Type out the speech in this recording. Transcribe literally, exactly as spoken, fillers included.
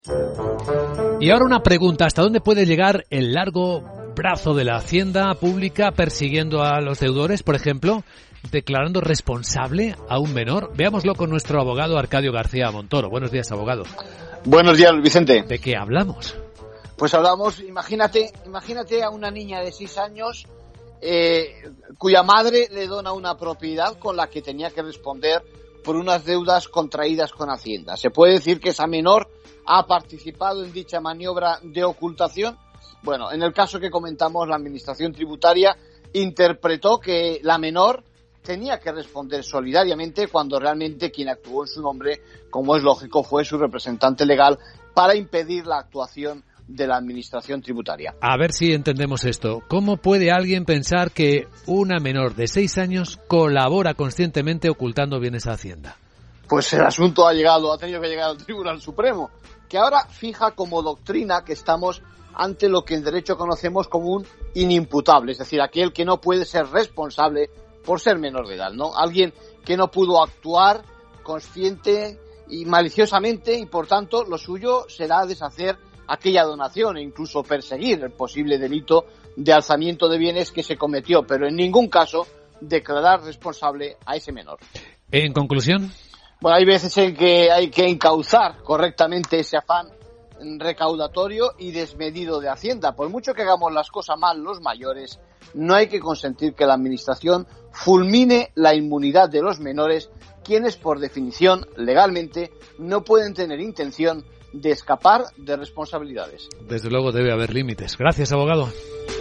Y ahora una pregunta, ¿hasta dónde puede llegar el largo brazo de la Hacienda Pública persiguiendo a los deudores, por ejemplo, declarando responsable a un menor? Veámoslo con nuestro abogado Arcadio García Montoro. Buenos días, abogado. Buenos días, Vicente. ¿De qué hablamos? Pues hablamos, imagínate, imagínate a una niña de seis años eh, cuya madre le dona una propiedad con la que tenía que responder por unas deudas contraídas con Hacienda. ¿Se puede decir que esa menor ha participado en dicha maniobra de ocultación? Bueno, en el caso que comentamos, la Administración Tributaria interpretó que la menor tenía que responder solidariamente cuando realmente quien actuó en su nombre, como es lógico, fue su representante legal para impedir la actuación de la Administración Tributaria. A ver si entendemos esto. ¿Cómo puede alguien pensar que una menor de seis años colabora conscientemente ocultando bienes a Hacienda? Pues el asunto ha llegado, ha tenido que llegar al Tribunal Supremo, que ahora fija como doctrina que estamos ante lo que en derecho conocemos como un inimputable, es decir, aquel que no puede ser responsable por ser menor de edad, ¿no? Alguien que no pudo actuar consciente y maliciosamente y, por tanto, lo suyo será deshacer aquella donación e incluso perseguir el posible delito de alzamiento de bienes que se cometió, pero en ningún caso declarar responsable a ese menor. En conclusión, bueno, hay veces en que hay que encauzar correctamente ese afán recaudatorio y desmedido de Hacienda. Por mucho que hagamos las cosas mal los mayores, no hay que consentir que la Administración fulmine la inmunidad de los menores, quienes por definición, legalmente, no pueden tener intención de escapar de responsabilidades. Desde luego debe haber límites. Gracias, abogado.